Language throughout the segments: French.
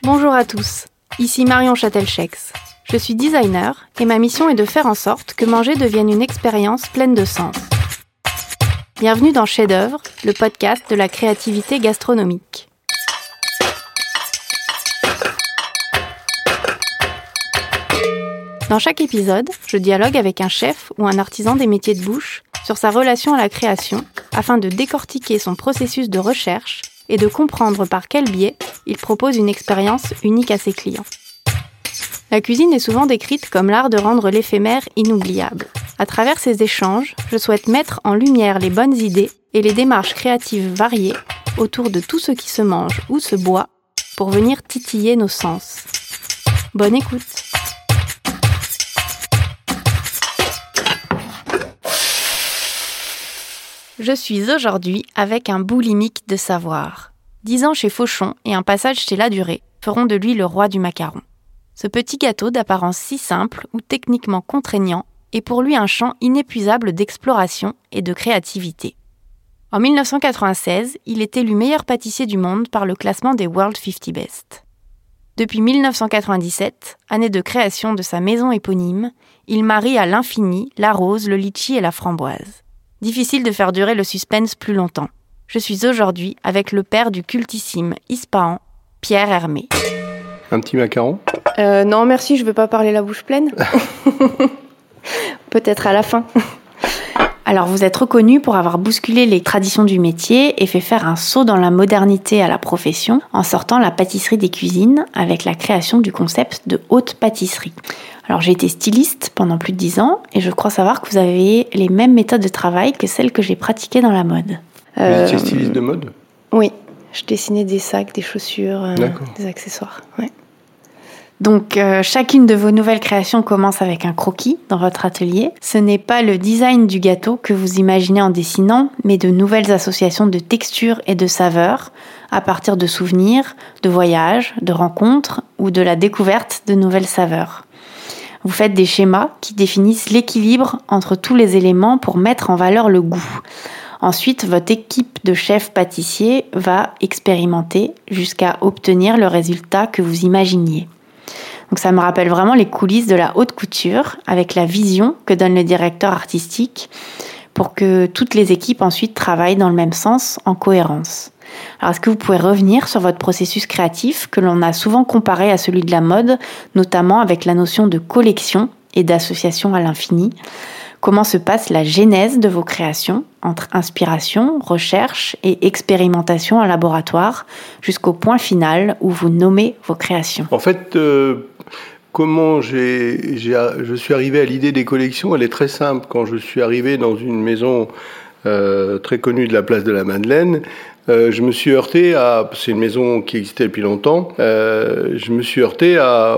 Bonjour à tous, ici Marion Châtel-Chex. Je suis designer et ma mission est de faire en sorte que manger devienne une expérience pleine de sens. Bienvenue dans Chef-d'œuvre, le podcast de la créativité gastronomique. Dans chaque épisode, je dialogue avec un chef ou un artisan des métiers de bouche sur sa relation à la création afin de décortiquer son processus de recherche et de comprendre par quel biais il propose une expérience unique à ses clients. La cuisine est souvent décrite comme l'art de rendre l'éphémère inoubliable. À travers ces échanges, je souhaite mettre en lumière les bonnes idées et les démarches créatives variées autour de tout ce qui se mange ou se boit pour venir titiller nos sens. Bonne écoute! Je suis aujourd'hui avec un boulimique de savoir. 10 ans chez Fauchon et un passage chez Ladurée feront de lui le roi du macaron. Ce petit gâteau d'apparence si simple ou techniquement contraignant est pour lui un champ inépuisable d'exploration et de créativité. En 1996, il est élu meilleur pâtissier du monde par le classement des World 50 Best. Depuis 1997, année de création de sa maison éponyme, il marie à l'infini la rose, le litchi et la framboise. Difficile de faire durer le suspense plus longtemps. Je suis aujourd'hui avec le père du cultissime Ispahan, Pierre Hermé. Un petit macaron ? Non, merci, je veux pas parler la bouche pleine. Peut-être à la fin. Alors, vous êtes reconnu pour avoir bousculé les traditions du métier et fait faire un saut dans la modernité à la profession en sortant la pâtisserie des cuisines avec la création du concept de haute pâtisserie. Alors, j'ai été styliste pendant plus de 10 ans et je crois savoir que vous avez les mêmes méthodes de travail que celles que j'ai pratiquées dans la mode. Vous étiez styliste de mode ? Oui, je dessinais des sacs, des chaussures, des accessoires. Ouais. Donc, chacune de vos nouvelles créations commence avec un croquis dans votre atelier. Ce n'est pas le design du gâteau que vous imaginez en dessinant, mais de nouvelles associations de textures et de saveurs à partir de souvenirs, de voyages, de rencontres ou de la découverte de nouvelles saveurs. Vous faites des schémas qui définissent l'équilibre entre tous les éléments pour mettre en valeur le goût. Ensuite, votre équipe de chefs pâtissiers va expérimenter jusqu'à obtenir le résultat que vous imaginiez. Donc ça me rappelle vraiment les coulisses de la haute couture avec la vision que donne le directeur artistique pour que toutes les équipes ensuite travaillent dans le même sens, en cohérence. Alors est-ce que vous pouvez revenir sur votre processus créatif que l'on a souvent comparé à celui de la mode, notamment avec la notion de collection et d'association à l'infini ? Comment se passe la genèse de vos créations entre inspiration, recherche et expérimentation en laboratoire jusqu'au point final où vous nommez vos créations ? En fait, comment je suis arrivé à l'idée des collections, elle est très simple. Quand je suis arrivé dans une maison très connue de la place de la Madeleine, je me suis heurté à... C'est une maison qui existait depuis longtemps. Je me suis heurté à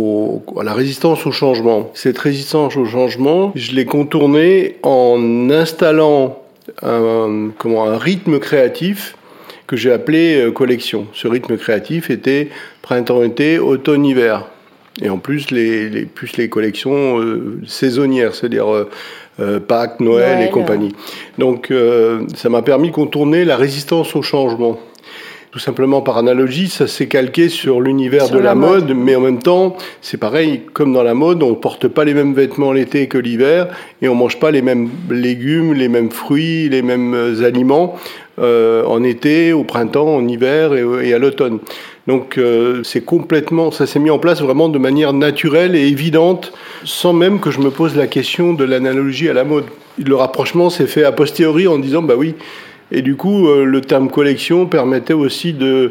la résistance au changement. Cette résistance au changement, je l'ai contournée en installant un rythme créatif que j'ai appelé collection. Ce rythme créatif était printemps-été, automne-hiver. Et en plus, les collections saisonnières, c'est-à-dire Pâques, Noël et compagnie. Donc, ça m'a permis de contourner la résistance au changement. Tout simplement par analogie, ça s'est calqué sur l'univers de la mode, mais en même temps, c'est pareil, comme dans la mode, on ne porte pas les mêmes vêtements l'été que l'hiver, et on ne mange pas les mêmes légumes, les mêmes fruits, les mêmes aliments en été, au printemps, en hiver et à l'automne. Donc ça s'est mis en place vraiment de manière naturelle et évidente, sans même que je me pose la question de l'analogie à la mode. Le rapprochement s'est fait a posteriori en disant bah oui. Et du coup, le terme collection permettait aussi de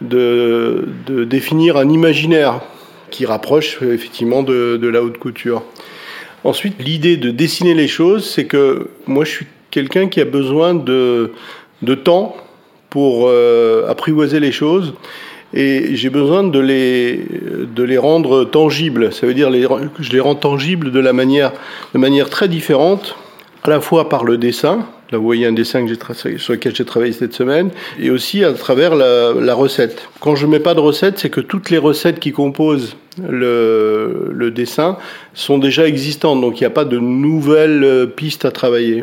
définir un imaginaire qui rapproche effectivement de la haute couture. Ensuite, l'idée de dessiner les choses, c'est que moi je suis quelqu'un qui a besoin de temps pour apprivoiser les choses. Et j'ai besoin de les rendre tangibles. Ça veut dire que je les rends tangibles de manière très différente, à la fois par le dessin. Là, vous voyez un dessin sur lequel j'ai travaillé cette semaine, et aussi à travers la recette. Quand je ne mets pas de recette, c'est que toutes les recettes qui composent le dessin sont déjà existantes, donc il n'y a pas de nouvelles pistes à travailler.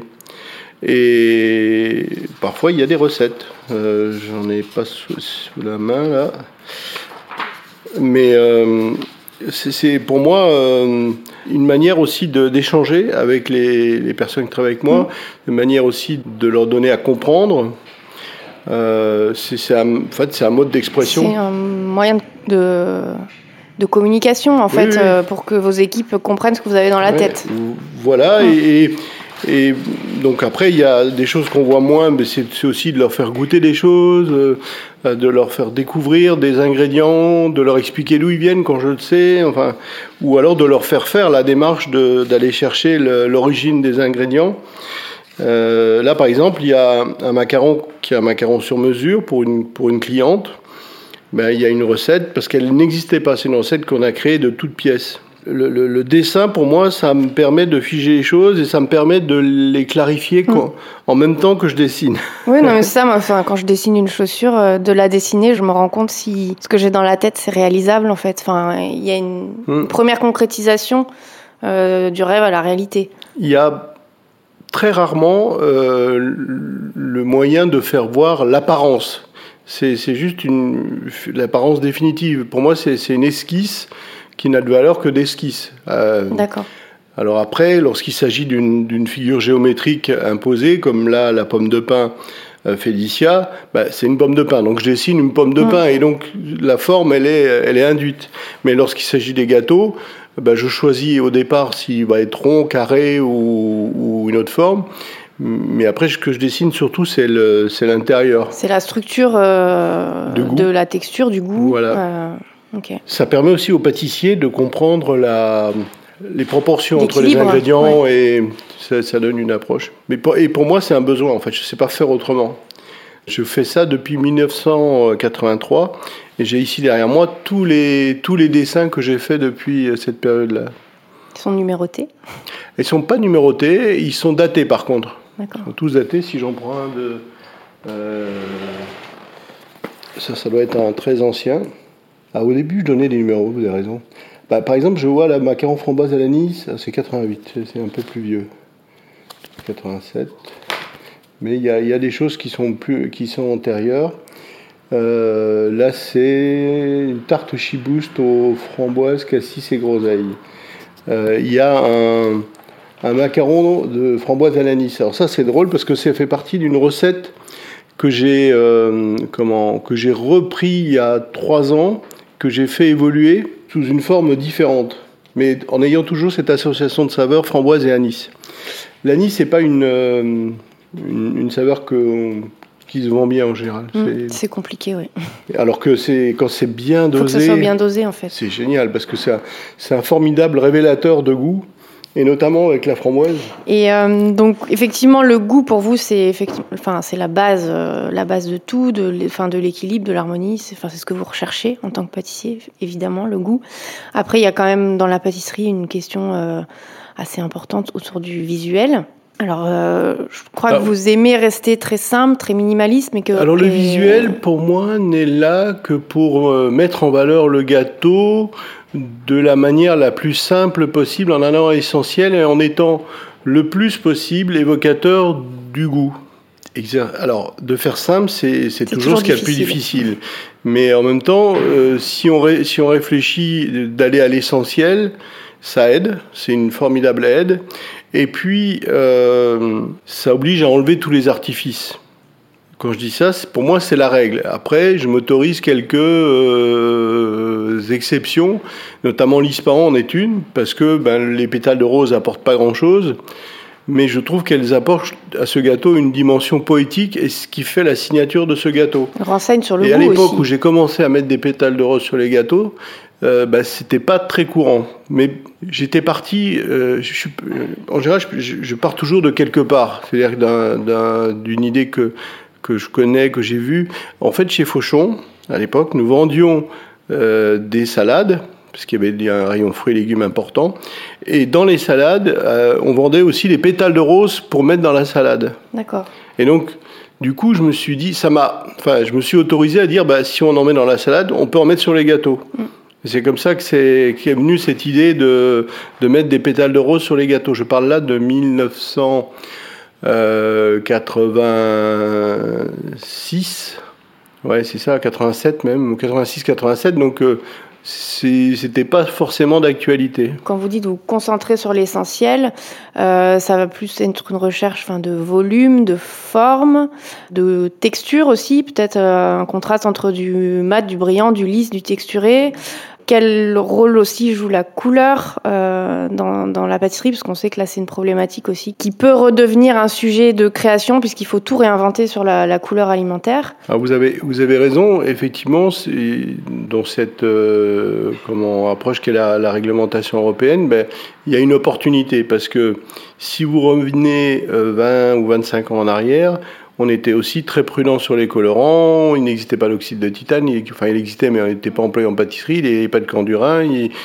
Et parfois, il y a des recettes. J'en ai pas sous la main, là. Mais c'est pour moi une manière aussi d'échanger avec les personnes qui travaillent avec moi, une manière aussi de leur donner à comprendre. En fait, c'est un mode d'expression. C'est un moyen de communication, en fait, pour que vos équipes comprennent ce que vous avez dans la tête. Voilà, et donc après, il y a des choses qu'on voit moins, mais c'est aussi de leur faire goûter des choses, de leur faire découvrir des ingrédients, de leur expliquer d'où ils viennent quand je le sais, enfin, ou alors de leur faire la démarche d'aller chercher l'origine des ingrédients. Là, par exemple, il y a un macaron qui est un macaron sur mesure pour une cliente. Ben, il y a une recette, parce qu'elle n'existait pas. C'est une recette qu'on a créée de toutes pièces. Le dessin, pour moi, ça me permet de figer les choses et ça me permet de les clarifier en même temps que je dessine. Oui, non, mais c'est ça, moi, quand je dessine une chaussure, de la dessiner, je me rends compte si ce que j'ai dans la tête, c'est réalisable, en fait. Enfin, il y a une première concrétisation du rêve à la réalité. Il y a très rarement le moyen de faire voir l'apparence. C'est juste l'apparence définitive. Pour moi, c'est une esquisse qui n'a de valeur que d'esquisse. D'accord. Alors après, lorsqu'il s'agit d'une figure géométrique imposée, comme là, la pomme de pin Félicia, c'est une pomme de pin. Donc je dessine une pomme de pin et donc la forme, elle est induite. Mais lorsqu'il s'agit des gâteaux, je choisis au départ s'il va être rond, carré ou une autre forme. Mais après, ce que je dessine surtout, c'est l'intérieur. C'est la structure de la texture, du goût. Voilà. Okay. Ça permet aussi aux pâtissiers de comprendre les proportions entre les ingrédients et ça donne une approche. Et pour moi, c'est un besoin, en fait. Je ne sais pas faire autrement. Je fais ça depuis 1983 et j'ai ici derrière moi tous les dessins que j'ai faits depuis cette période-là. Ils sont numérotés ? Ils ne sont pas numérotés, ils sont datés par contre. D'accord. Ils sont tous datés. Si j'en prends un ça doit être un très ancien. Au début, je donnais des numéros, vous avez raison. Par exemple, je vois la macaron framboise à l'anis, c'est 88, c'est un peu plus vieux. 87. Mais il y a des choses qui sont antérieures. Là, c'est une tarte chibouste aux framboises, cassis et groseilles. Il y a un macaron de framboise à l'anis. Alors ça, c'est drôle parce que ça fait partie d'une recette que j'ai repris il y a 3 ans, que j'ai fait évoluer sous une forme différente, mais en ayant toujours cette association de saveurs framboise et anis. L'anis, c'est pas une saveur qui se vend bien en général. C'est compliqué, oui. Alors que quand c'est bien dosé... Il faut que ça soit bien dosé, en fait. C'est génial, parce que c'est un formidable révélateur de goût, et notamment avec la framboise. Et donc, effectivement, le goût, pour vous, c'est la base de tout, de l'équilibre, de l'harmonie. C'est ce que vous recherchez en tant que pâtissier, évidemment, le goût. Après, il y a quand même, dans la pâtisserie, une question assez importante autour du visuel. Alors, je crois que vous aimez rester très simple, très minimaliste, mais que... Alors, le visuel, pour moi, n'est là que pour mettre en valeur le gâteau de la manière la plus simple possible, en allant à l'essentiel et en étant le plus possible évocateur du goût. Alors, de faire simple, c'est toujours ce qu'il y a de plus difficile. Mais en même temps, si on réfléchit d'aller à l'essentiel, ça aide, c'est une formidable aide. Et puis, ça oblige à enlever tous les artifices. Quand je dis ça, pour moi, c'est la règle. Après, je m'autorise quelques exceptions, notamment l'ispahan en est une, parce que les pétales de rose apportent pas grand-chose, mais je trouve qu'elles apportent à ce gâteau une dimension poétique et ce qui fait la signature de ce gâteau. Renseigne sur le goût aussi. Et à l'époque aussi. Où j'ai commencé à mettre des pétales de rose sur les gâteaux, c'était pas très courant. Mais j'étais parti... en général, je pars toujours de quelque part. C'est-à-dire d'une idée que je connais, que j'ai vue. En fait, chez Fauchon, à l'époque, nous vendions des salades, parce qu'il y avait un rayon fruits et légumes important. Et dans les salades, on vendait aussi des pétales de rose pour mettre dans la salade. D'accord. Et donc, du coup, je me suis dit, je me suis autorisé à dire, si on en met dans la salade, on peut en mettre sur les gâteaux. Et c'est comme ça qu'est venue cette idée de mettre des pétales de rose sur les gâteaux. Je parle là de 1986. Ouais, c'est ça, 87 même, 86-87. Donc, c'était pas forcément d'actualité. Quand vous dites vous concentrer sur l'essentiel, ça va plus être une recherche de volume, de forme, de texture aussi, peut-être un contraste entre du mat, du brillant, du lisse, du texturé. Quel rôle aussi joue la couleur dans la pâtisserie, parce qu'on sait que là c'est une problématique aussi qui peut redevenir un sujet de création puisqu'il faut tout réinventer sur la couleur alimentaire. Alors vous avez raison, effectivement, dans cette approche qu'est la réglementation européenne, il y a une opportunité parce que si vous revenez 20 ou 25 ans en arrière, on était aussi très prudent sur les colorants. Il n'existait pas l'oxyde de titane. Il existait, mais on n'était pas employé en pâtisserie. Il n'y avait pas de candurin.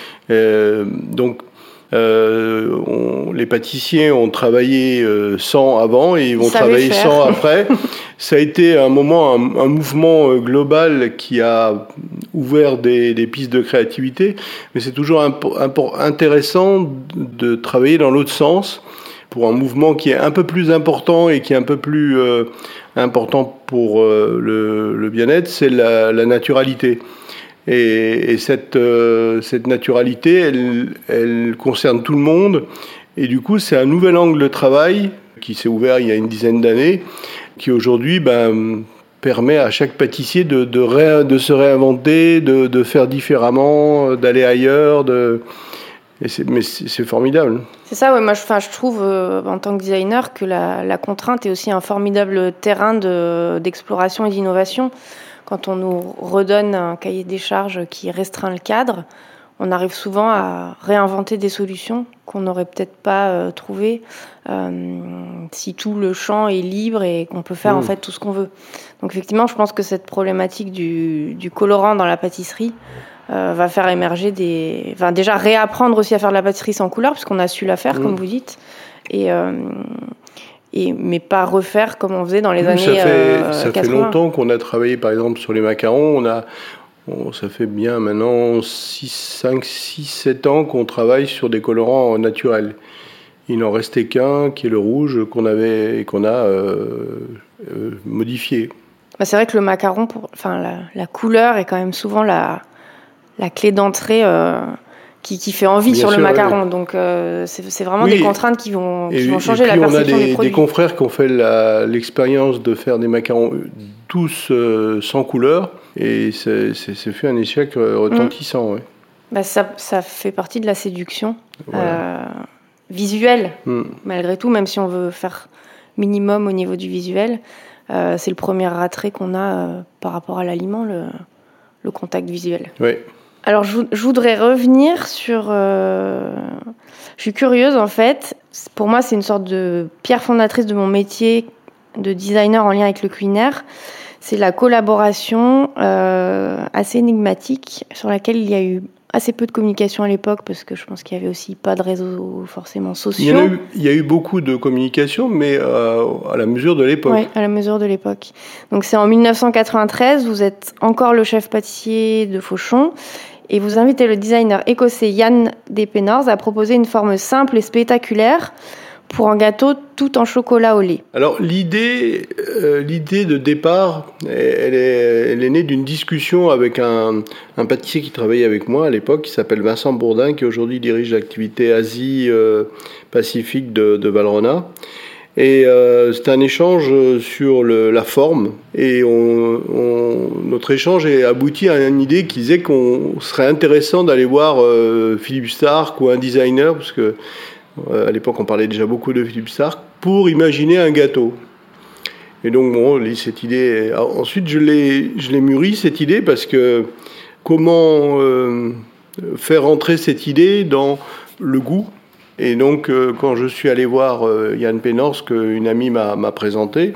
Les pâtissiers ont travaillé sans avant et ils vont travailler sans après. Ça a été un mouvement global qui a ouvert des pistes de créativité. Mais c'est toujours intéressant de travailler dans l'autre sens, pour un mouvement qui est un peu plus important et qui est un peu plus important pour le bien-être, c'est la naturalité. Et cette naturalité, elle concerne tout le monde. Et du coup, c'est un nouvel angle de travail qui s'est ouvert il y a une dizaine d'années, qui aujourd'hui permet à chaque pâtissier de se réinventer, de faire différemment, d'aller ailleurs, mais c'est formidable. C'est ça, ouais. Moi, je trouve, en tant que designer, que la contrainte est aussi un formidable terrain d'exploration et d'innovation. Quand on nous redonne un cahier des charges qui restreint le cadre, on arrive souvent à réinventer des solutions qu'on n'aurait peut-être pas trouvées si tout le champ est libre et qu'on peut faire en fait tout ce qu'on veut. Donc effectivement, je pense que cette problématique du colorant dans la pâtisserie va faire émerger déjà réapprendre aussi à faire de la pâtisserie sans couleur, puisqu'on a su la faire, comme vous dites, mais pas refaire comme on faisait dans les années 80. Ça fait longtemps qu'on a travaillé, par exemple, sur les macarons. Ça fait bien maintenant 5, 6, 7 ans qu'on travaille sur des colorants naturels. Il n'en restait qu'un, qui est le rouge, qu'on a modifié. C'est vrai que le macaron, la couleur est quand même souvent la clé d'entrée qui fait envie sur le macaron. Oui. Donc c'est vraiment des contraintes qui vont changer la perception des produits. On a des confrères qui ont fait l'expérience de faire des macarons tous sans couleur, et c'est fait un échec retentissant. Ouais. Ça fait partie de la séduction visuelle, malgré tout, même si on veut faire minimum au niveau du visuel. C'est le premier attrait qu'on a par rapport à l'aliment, le contact visuel. Oui. Alors, je voudrais revenir sur... Je suis curieuse, en fait. Pour moi, c'est une sorte de pierre fondatrice de mon métier de designer en lien avec le culinaire. C'est la collaboration assez énigmatique sur laquelle il y a eu assez peu de communication à l'époque, parce que je pense qu'il y avait aussi pas de réseaux forcément sociaux. Il y a eu beaucoup de communication, mais à la mesure de l'époque. Oui, à la mesure de l'époque. Donc c'est en 1993, vous êtes encore le chef pâtissier de Fauchon, et vous invitez le designer écossais Jan Depenors à proposer une forme simple et spectaculaire pour un gâteau tout en chocolat au lait. Alors l'idée de départ, elle est née d'une discussion avec un pâtissier qui travaillait avec moi à l'époque, qui s'appelle Vincent Bourdin, qui aujourd'hui dirige l'activité Asie-Pacifique de Valrhona. Et c'est un échange sur la forme, et notre échange est abouti à une idée qui disait qu'on serait intéressant d'aller voir Philippe Starck ou un designer, parce que à l'époque, on parlait déjà beaucoup de Philippe Starck, pour imaginer un gâteau. Et donc, cette idée... Alors, ensuite, je l'ai mûrie, cette idée, parce que comment faire rentrer cette idée dans le goût. Et donc, quand je suis allé voir Jan Depenors, qu'une amie m'a présenté,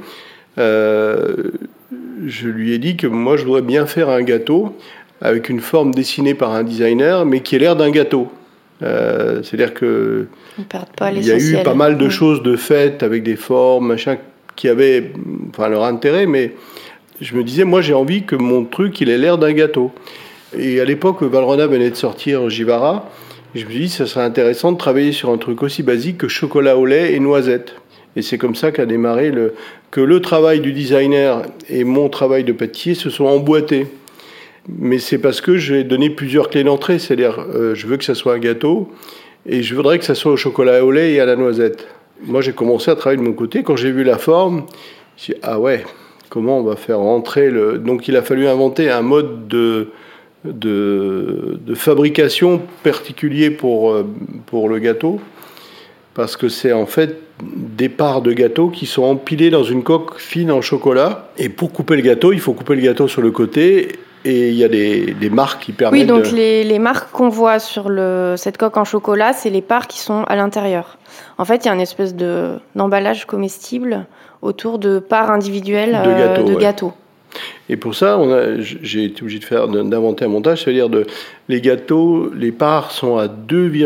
je lui ai dit que moi, je voudrais bien faire un gâteau avec une forme dessinée par un designer, mais qui ait l'air d'un gâteau. C'est-à-dire que il y a eu pas mal de choses de faites avec des formes, machin, qui avaient leur intérêt, mais je me disais, moi j'ai envie que mon truc il ait l'air d'un gâteau. Et à l'époque, Valrhona venait de sortir Jivara, et je me suis dit, ça serait intéressant de travailler sur un truc aussi basique que chocolat au lait et noisettes. Et c'est comme ça qu'a démarré que le travail du designer et mon travail de pâtissier se sont emboîtés. Mais c'est parce que j'ai donné plusieurs clés d'entrée. C'est-à-dire, je veux que ça soit un gâteau et je voudrais que ça soit au chocolat au lait et à la noisette. Moi, j'ai commencé à travailler de mon côté. Quand j'ai vu la forme, j'ai dit, ah ouais, comment on va faire rentrer le... Donc, il a fallu inventer un mode de fabrication particulier pour le gâteau. Parce que c'est en fait des parts de gâteau qui sont empilées dans une coque fine en chocolat. Et pour couper le gâteau, il faut couper le gâteau sur le côté. Et il y a des marques qui permettent... Oui, donc les marques qu'on voit sur cette coque en chocolat, c'est les parts qui sont à l'intérieur. En fait, il y a une espèce d'emballage comestible autour de parts individuelles de gâteaux. Et pour ça, j'ai été obligé d'inventer un montage, c'est-à-dire les gâteaux, les parts sont à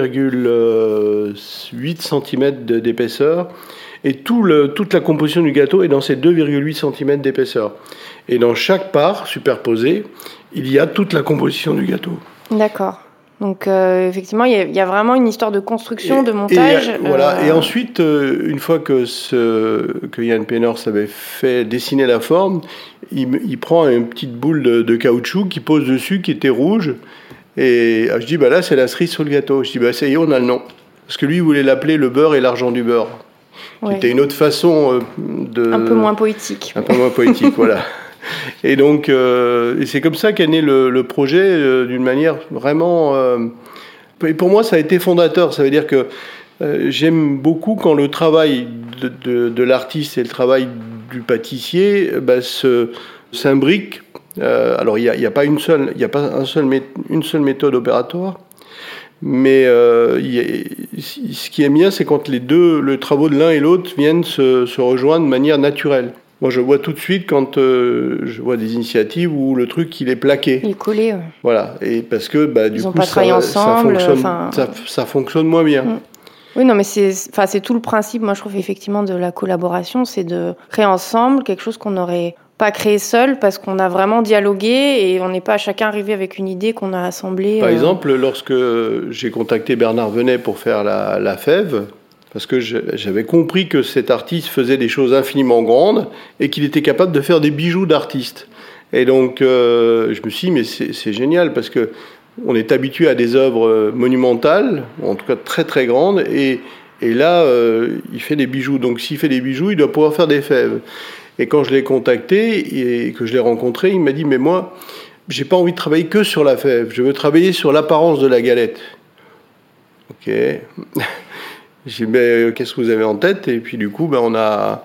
2,8 cm d'épaisseur, et toute la composition du gâteau est dans ces 2,8 cm d'épaisseur. Et dans chaque part superposée, il y a toute la composition du gâteau. D'accord. Donc effectivement, il y a vraiment une histoire de construction, de montage. Voilà. Et ensuite, une fois que Yann Pénors avait fait dessiner la forme, il prend une petite boule de caoutchouc qu'il pose dessus, qui était rouge. Et je dis, là, c'est la cerise sur le gâteau. Je dis, ça y est, on a le nom. Parce que lui, il voulait l'appeler le beurre et l'argent du beurre. Qui était une autre façon de... Un peu moins poétique. Un peu moins poétique, voilà. Et donc, et c'est comme ça qu'est né le projet d'une manière vraiment... et pour moi, ça a été fondateur. Ça veut dire que j'aime beaucoup quand le travail de l'artiste et le travail du pâtissier s'imbriquent. Alors, il n'y a pas une seule méthode opératoire. Mais ce qui est bien, c'est quand les travaux de l'un et l'autre viennent se rejoindre de manière naturelle. Moi, je vois tout de suite quand je vois des initiatives où le truc, il est plaqué. Il est collé, ouais. Voilà. Et parce que, du coup, ça fonctionne moins bien. Oui, non, mais c'est tout le principe, moi, je trouve, effectivement, de la collaboration, c'est de créer ensemble quelque chose qu'on n'aurait pas créé seul, parce qu'on a vraiment dialogué et on n'est pas chacun arrivé avec une idée qu'on a assemblée. Par exemple, lorsque j'ai contacté Bernard Venet pour faire la fève, parce que j'avais compris que cet artiste faisait des choses infiniment grandes et qu'il était capable de faire des bijoux d'artiste. Et donc, je me suis dit, mais c'est génial, parce que on est habitué à des œuvres monumentales, en tout cas très très grandes, et là, il fait des bijoux. Donc, s'il fait des bijoux, il doit pouvoir faire des fèves. Et quand je l'ai contacté et que je l'ai rencontré, il m'a dit, mais moi, j'ai pas envie de travailler que sur la fève, je veux travailler sur l'apparence de la galette. Ok. J'ai dit, qu'est-ce que vous avez en tête? Et puis du coup, on a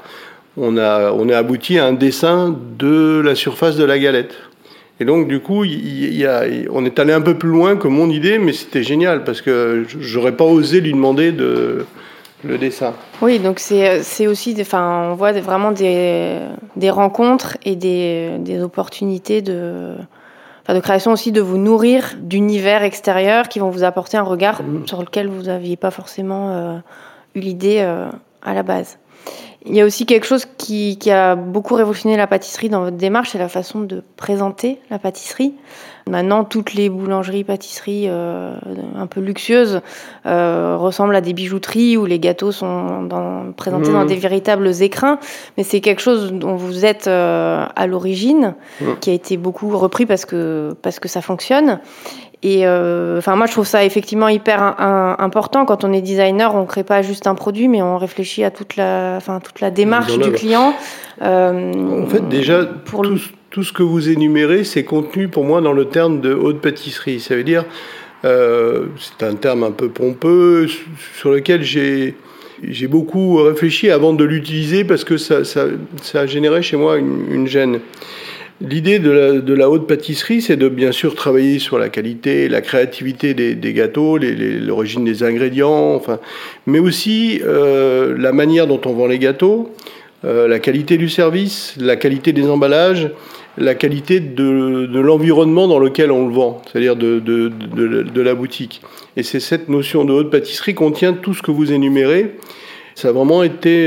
abouti à un dessin de la surface de la galette. Et donc du coup, on est allé un peu plus loin que mon idée, mais c'était génial parce que j'aurais pas osé lui demander le dessin. Oui, donc c'est aussi, on voit vraiment des rencontres et des opportunités de création aussi, de vous nourrir d'univers extérieurs qui vont vous apporter un regard sur lequel vous n'aviez pas forcément eu l'idée à la base. Il y a aussi quelque chose qui a beaucoup révolutionné la pâtisserie dans votre démarche, c'est la façon de présenter la pâtisserie. Maintenant, toutes les boulangeries, pâtisseries un peu luxueuses ressemblent à des bijouteries où les gâteaux sont présentés dans des véritables écrins. Mais c'est quelque chose dont vous êtes à l'origine, qui a été beaucoup repris parce que ça fonctionne. Et moi, je trouve ça effectivement hyper important. Quand on est designer, on crée pas juste un produit, mais on réfléchit à toute la démarche du client. En fait, déjà, tout ce que vous énumérez, c'est contenu pour moi dans le terme de haute pâtisserie. Ça veut dire, c'est un terme un peu pompeux sur lequel j'ai beaucoup réfléchi avant de l'utiliser parce que ça a généré chez moi une gêne. L'idée de la haute pâtisserie, c'est de bien sûr travailler sur la qualité, la créativité des gâteaux, l'origine des ingrédients, mais aussi la manière dont on vend les gâteaux, la qualité du service, la qualité des emballages, la qualité de l'environnement dans lequel on le vend, c'est-à-dire de la boutique. Et c'est cette notion de haute pâtisserie qui contient tout ce que vous énumérez. Ça a vraiment été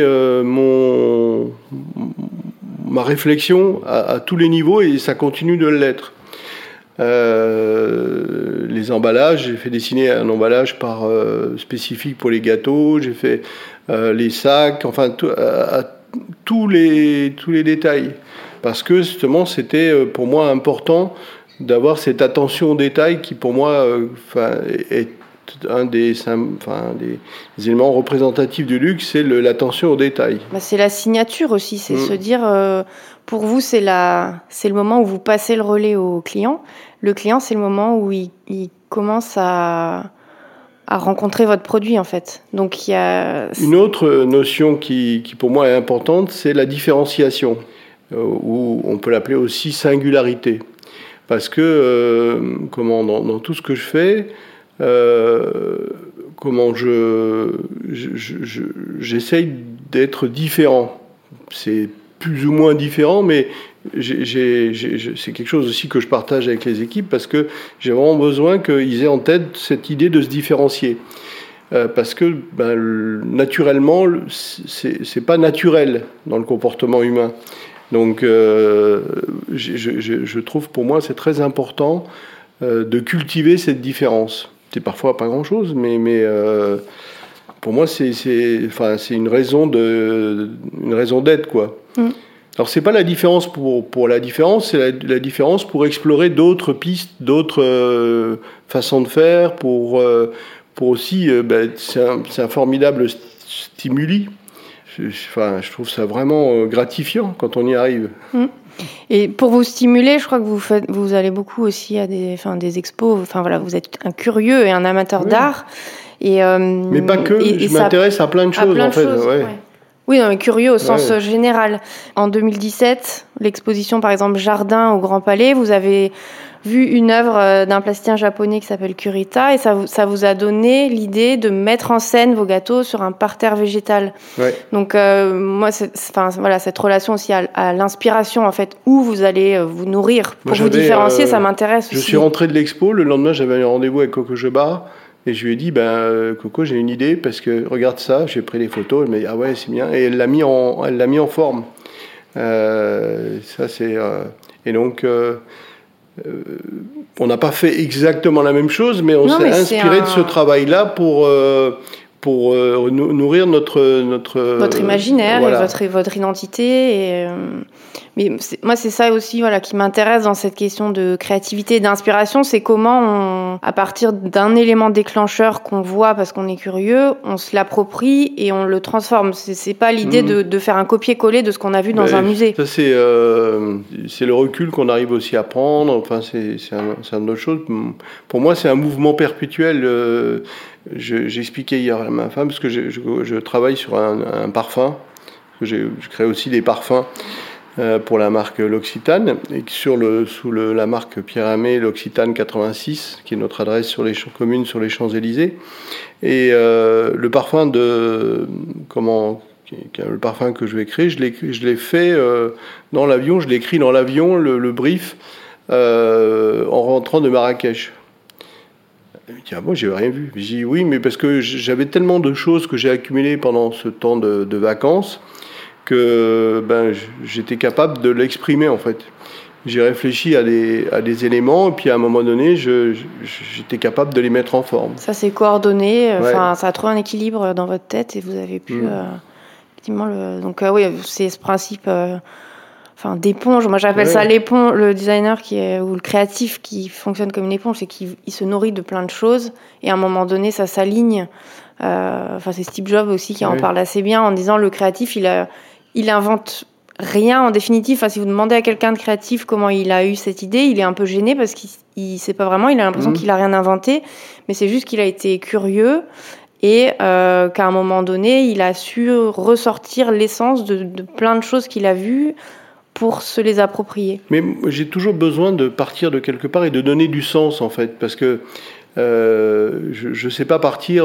ma réflexion à tous les niveaux et ça continue de l'être. Les emballages, j'ai fait dessiner un emballage spécifique pour les gâteaux, j'ai fait les sacs, tous les détails. Parce que justement, c'était pour moi important d'avoir cette attention au détail qui, pour moi, est un des éléments représentatifs du luxe, c'est l'attention au détail. C'est la signature aussi, c'est se dire, pour vous, c'est le moment où vous passez le relais au client. Le client, c'est le moment où il commence à rencontrer votre produit, en fait. Donc, il y a... Une autre notion qui, pour moi, est importante, c'est la différenciation, ou on peut l'appeler aussi singularité. Parce que, dans tout ce que je fais, j'essaye d'être différent. C'est plus ou moins différent, mais c'est quelque chose aussi que je partage avec les équipes parce que j'ai vraiment besoin qu'ils aient en tête cette idée de se différencier. Parce que naturellement, c'est pas naturel dans le comportement humain. Donc, je trouve pour moi c'est très important de cultiver cette différence. C'est parfois pas grand-chose, mais pour moi c'est une raison d'être, quoi. Alors c'est pas la différence pour la différence, c'est la différence pour explorer d'autres pistes, d'autres façons de faire, pour aussi c'est un formidable stimuli. Je trouve ça vraiment gratifiant quand on y arrive. Et pour vous stimuler, je crois que vous allez beaucoup aussi à des expos. Vous êtes un curieux et un amateur d'art. Mais pas que. Je m'intéresse à plein de choses en fait. Ouais. Oui, non, mais curieux au sens général. En 2017, l'exposition par exemple Jardin au Grand Palais, vous avez vu une œuvre d'un plasticien japonais qui s'appelle Kurita et ça vous a donné l'idée de mettre en scène vos gâteaux sur un parterre végétal. Ouais. Donc moi, cette relation aussi à l'inspiration en fait, où vous allez vous nourrir pour vous différencier, ça m'intéresse aussi. Je suis rentré de l'expo, le lendemain j'avais un rendez-vous avec Coco Jobard. Et je lui ai dit, Coco, j'ai une idée, parce que regarde ça, j'ai pris les photos, elle m'a dit, ah ouais, c'est bien, et elle l'a mis en forme. Et donc, on n'a pas fait exactement la même chose, mais on s'est inspiré de ce travail-là pour nourrir votre imaginaire, voilà. Et votre identité. Mais moi, c'est ça aussi qui m'intéresse dans cette question de créativité et d'inspiration, c'est comment, à partir d'un élément déclencheur qu'on voit parce qu'on est curieux, on se l'approprie et on le transforme. C'est pas l'idée de faire un copier-coller de ce qu'on a vu dans un musée. Ça, c'est le recul qu'on arrive aussi à prendre. Enfin, c'est une autre chose. Pour moi, c'est un mouvement perpétuel. J'expliquais hier à ma femme, parce que je travaille sur un parfum. Je crée aussi des parfums pour la marque L'Occitane, et sous la marque Pierre Hermé, L'Occitane 86, qui est notre adresse sur les commune sur les Champs-Élysées. Et le parfum le parfum que je vais créer, je l'ai fait dans l'avion, je l'ai écrit dans l'avion, le brief, en rentrant de Marrakech. Il me dit, ah bon, j'ai rien vu. Je dis oui, mais parce que j'avais tellement de choses que j'ai accumulées pendant ce temps de vacances que j'étais capable de l'exprimer en fait. J'ai réfléchi à des éléments et puis à un moment donné, j'étais capable de les mettre en forme. Ça c'est coordonné, ça a trouvé un équilibre dans votre tête et vous avez pu effectivement Donc oui, c'est ce principe d'éponge. Moi j'appelle ça l'éponge, le designer ou le créatif qui fonctionne comme une éponge, c'est qu'il se nourrit de plein de choses et à un moment donné ça s'aligne. C'est Steve Jobs aussi qui en parle assez bien en disant le créatif il invente rien en définitive. Si vous demandez à quelqu'un de créatif comment il a eu cette idée, il est un peu gêné parce qu'il sait pas vraiment, il a l'impression qu'il a rien inventé, mais c'est juste qu'il a été curieux et qu'à un moment donné, il a su ressortir l'essence de plein de choses qu'il a vues pour se les approprier. Mais j'ai toujours besoin de partir de quelque part et de donner du sens en fait, parce que je sais pas partir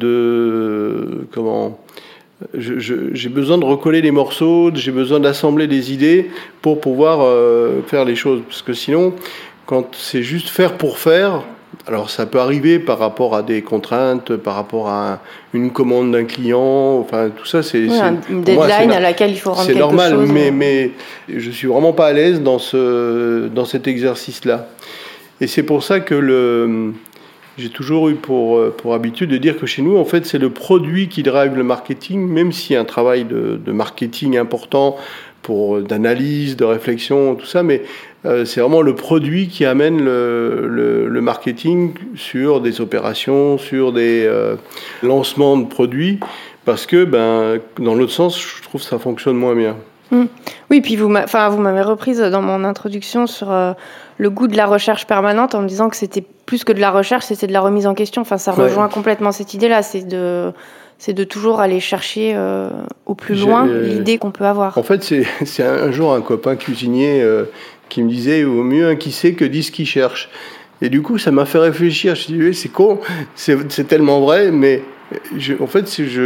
j'ai besoin de recoller les morceaux, j'ai besoin d'assembler des idées pour pouvoir faire les choses. Parce que sinon, quand c'est juste faire pour faire, alors ça peut arriver par rapport à des contraintes, par rapport à une commande d'un client, tout ça c'est une deadline à laquelle il faut rendre quelque chose. C'est normal, mais je suis vraiment pas à l'aise dans cet exercice-là. Et c'est pour ça que j'ai toujours eu pour habitude de dire que chez nous, en fait, c'est le produit qui drive le marketing, même s'il y a un travail de marketing important d'analyse, de réflexion, tout ça, mais c'est vraiment le produit qui amène le marketing sur des opérations, sur des lancements de produits, parce que dans l'autre sens, je trouve que ça fonctionne moins bien. Oui, puis vous m'avez reprise dans mon introduction sur le goût de la recherche permanente en me disant que c'était plus que de la recherche, c'était de la remise en question. Enfin, ça rejoint complètement cette idée-là, c'est de toujours aller chercher au plus loin l'idée qu'on peut avoir. En fait, c'est un jour un copain cuisinier qui me disait « au mieux un qui sait que 10 qui cherchent ». Et du coup, ça m'a fait réfléchir. Je me suis dit « c'est con, c'est tellement vrai », mais en fait,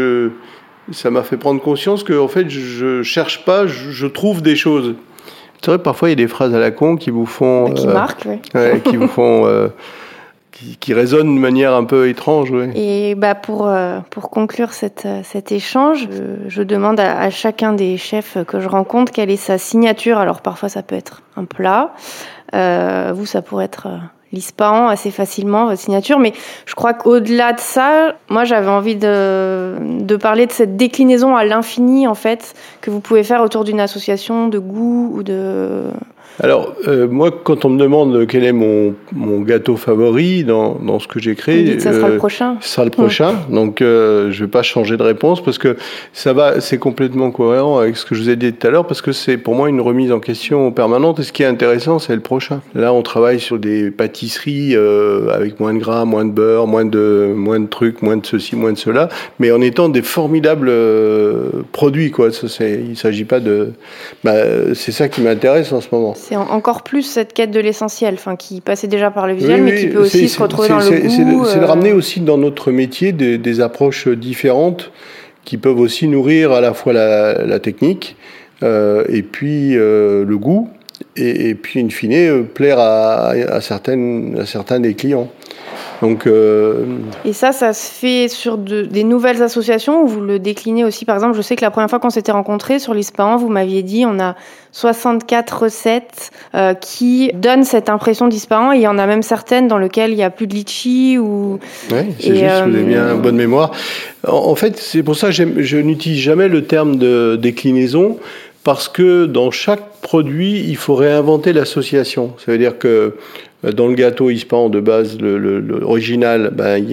ça m'a fait prendre conscience que en fait, je cherche pas, je trouve des choses. C'est vrai, parfois, il y a des phrases à la con qui vous font... qui marquent, oui. Ouais, qui vous font... qui résonnent de manière un peu étrange. Ouais. Et pour conclure cet échange, je demande à chacun des chefs que je rencontre quelle est sa signature. Alors parfois ça peut être un plat, vous ça pourrait être l'ispahan assez facilement, votre signature. Mais je crois qu'au-delà de ça, moi j'avais envie de parler de cette déclinaison à l'infini en fait que vous pouvez faire autour d'une association de goût ou de... Alors, moi, quand on me demande quel est mon gâteau favori dans ce que j'ai créé... ça sera le prochain. Ça sera le prochain. Donc, je vais pas changer de réponse parce que c'est complètement cohérent avec ce que je vous ai dit tout à l'heure parce que c'est pour moi une remise en question permanente. Et ce qui est intéressant, c'est le prochain. Là, on travaille sur des pâtisseries avec moins de gras, moins de beurre, moins de trucs, moins de ceci, moins de cela, mais en étant des formidables produits, quoi. Il s'agit pas de... c'est ça qui m'intéresse en ce moment. C'est encore plus cette quête de l'essentiel, qui passait déjà par le visuel, mais qui peut aussi se retrouver dans le goût. C'est de ramener aussi dans notre métier des approches différentes qui peuvent aussi nourrir à la fois la technique et puis le goût et puis in fine plaire à certains des clients. Donc, Et ça se fait sur des nouvelles associations ou vous le déclinez aussi? Par exemple, je sais que la première fois qu'on s'était rencontrés sur l'ispahan, vous m'aviez dit on a 64 recettes qui donnent cette impression d'ispahan et il y en a même certaines dans lesquelles il n'y a plus de litchi. Oui, c'est juste, vous avez bien bonne mémoire. En fait, c'est pour ça que je n'utilise jamais le terme de déclinaison parce que dans chaque produit, il faut réinventer l'association. Ça veut dire que dans le gâteau ispahan de base, l'original,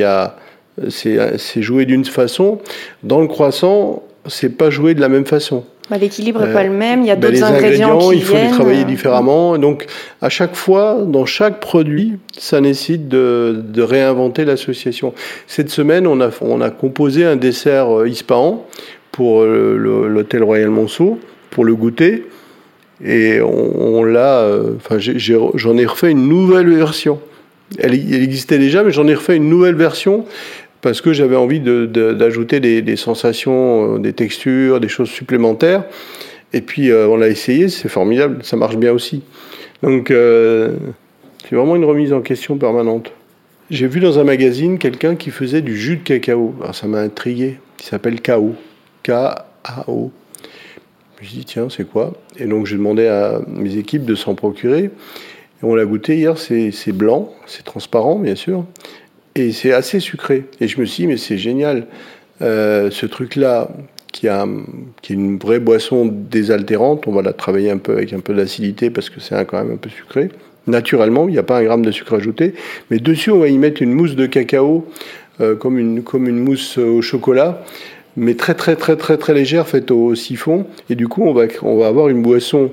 c'est joué d'une façon. Dans le croissant, c'est pas joué de la même façon. L'équilibre n'est pas le même. Il y a d'autres ingrédients qui il faut les travailler différemment. Donc, à chaque fois, dans chaque produit, ça nécessite de réinventer l'association. Cette semaine, on a composé un dessert ispahan pour l'hôtel Royal Monceau, pour le goûter. Et on l'a... j'en ai refait une nouvelle version. Elle existait déjà, mais j'en ai refait une nouvelle version parce que j'avais envie d'ajouter des sensations, des textures, des choses supplémentaires. Et puis, on l'a essayé, c'est formidable, ça marche bien aussi. Donc, c'est vraiment une remise en question permanente. J'ai vu dans un magazine quelqu'un qui faisait du jus de cacao. Alors, ça m'a intrigué. Il s'appelle Kao. K-A-O. Je me suis dit, tiens, c'est quoi? Et donc, j'ai demandé à mes équipes de s'en procurer. Et on l'a goûté hier, c'est blanc, c'est transparent, bien sûr. Et c'est assez sucré. Et je me suis dit, mais c'est génial. Ce truc-là, qui est une vraie boisson désaltérante, on va la travailler un peu avec un peu d'acidité parce que c'est quand même un peu sucré. Naturellement, il n'y a pas un gramme de sucre ajouté. Mais dessus, on va y mettre une mousse de cacao, comme une mousse au chocolat, mais très très très très très légère, faite au siphon. Et du coup, on va avoir une boisson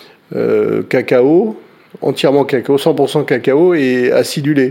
cacao, entièrement cacao, 100% cacao et acidulée.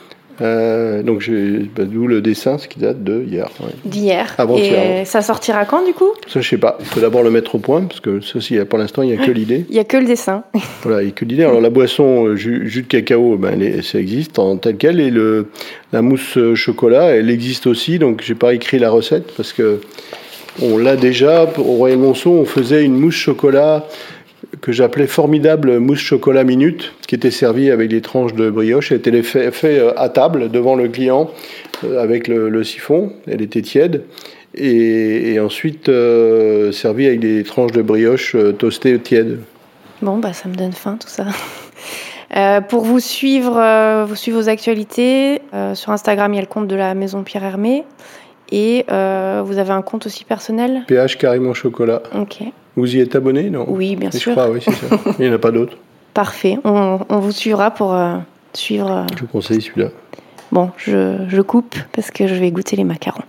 Donc d'où le dessin, ce qui date de hier. Ouais. D'hier. Avant-hier. Et ça sortira quand du coup? Ça je sais pas. Il faut d'abord le mettre au point parce que ceci, pour l'instant, il n'y a que l'idée. Il n'y a que le dessin. Voilà, il n'y a que l'idée. Alors la boisson jus de cacao, ça existe en tel quel, et la mousse chocolat, elle existe aussi. Donc j'ai pas écrit la recette parce que on l'a déjà au Royal Monceau. On faisait une mousse chocolat que j'appelais formidable mousse chocolat minute, qui était servie avec des tranches de brioche. Elle était fait à table devant le client avec le siphon. Elle était tiède et ensuite servie avec des tranches de brioche toastées tièdes. Bon, ça me donne faim tout ça. Pour vous suivre vos actualités, sur Instagram, il y a le compte de la Maison Pierre Hermé. Et vous avez un compte aussi personnel? PH Carrément Chocolat. Ok. Vous y êtes abonné, non? Oui, bien sûr. Je crois, oui, c'est ça. Il n'y en a pas d'autres. Parfait. On vous suivra pour suivre... Je vous conseille celui-là. Bon, je coupe parce que je vais goûter les macarons.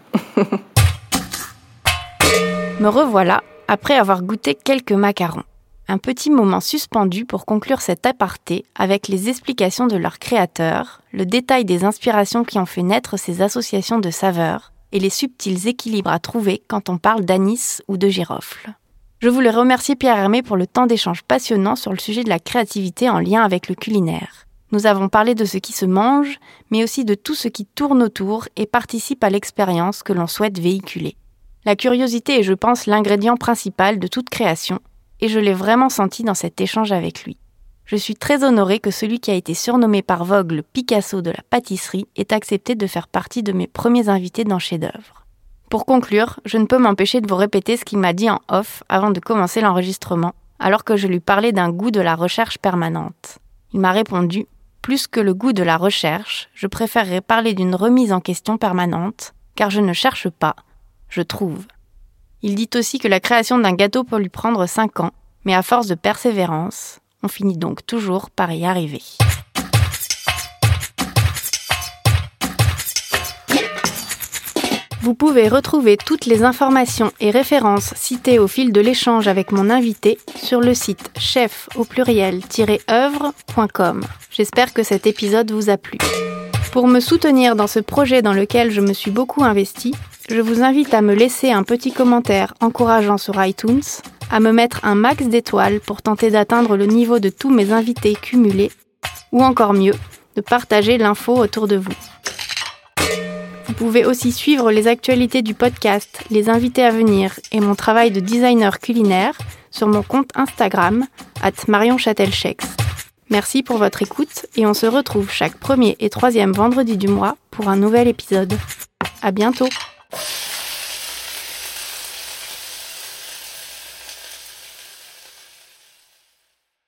Me revoilà après avoir goûté quelques macarons. Un petit moment suspendu pour conclure cet aparté avec les explications de leur créateur, le détail des inspirations qui ont fait naître ces associations de saveurs et les subtils équilibres à trouver quand on parle d'anis ou de girofle. Je voulais remercier Pierre Hermé pour le temps d'échange passionnant sur le sujet de la créativité en lien avec le culinaire. Nous avons parlé de ce qui se mange, mais aussi de tout ce qui tourne autour et participe à l'expérience que l'on souhaite véhiculer. La curiosité est, je pense, l'ingrédient principal de toute création, et je l'ai vraiment senti dans cet échange avec lui. Je suis très honorée que celui qui a été surnommé par Vogue le Picasso de la pâtisserie ait accepté de faire partie de mes premiers invités dans Chef-d'œuvre. Pour conclure, je ne peux m'empêcher de vous répéter ce qu'il m'a dit en off avant de commencer l'enregistrement, alors que je lui parlais d'un goût de la recherche permanente. Il m'a répondu « Plus que le goût de la recherche, je préférerais parler d'une remise en question permanente, car je ne cherche pas, je trouve. » Il dit aussi que la création d'un gâteau peut lui prendre 5 ans, mais à force de persévérance, on finit donc toujours par y arriver. Vous pouvez retrouver toutes les informations et références citées au fil de l'échange avec mon invité sur le site chef-oeuvre.com. J'espère que cet épisode vous a plu. Pour me soutenir dans ce projet dans lequel je me suis beaucoup investie, je vous invite à me laisser un petit commentaire encourageant sur iTunes, à me mettre un max d'étoiles pour tenter d'atteindre le niveau de tous mes invités cumulés, ou encore mieux, de partager l'info autour de vous. Vous pouvez aussi suivre les actualités du podcast, les invités à venir et mon travail de designer culinaire sur mon compte Instagram @marionchatelchex. Merci pour votre écoute et on se retrouve chaque 1er et 3e vendredi du mois pour un nouvel épisode. À bientôt!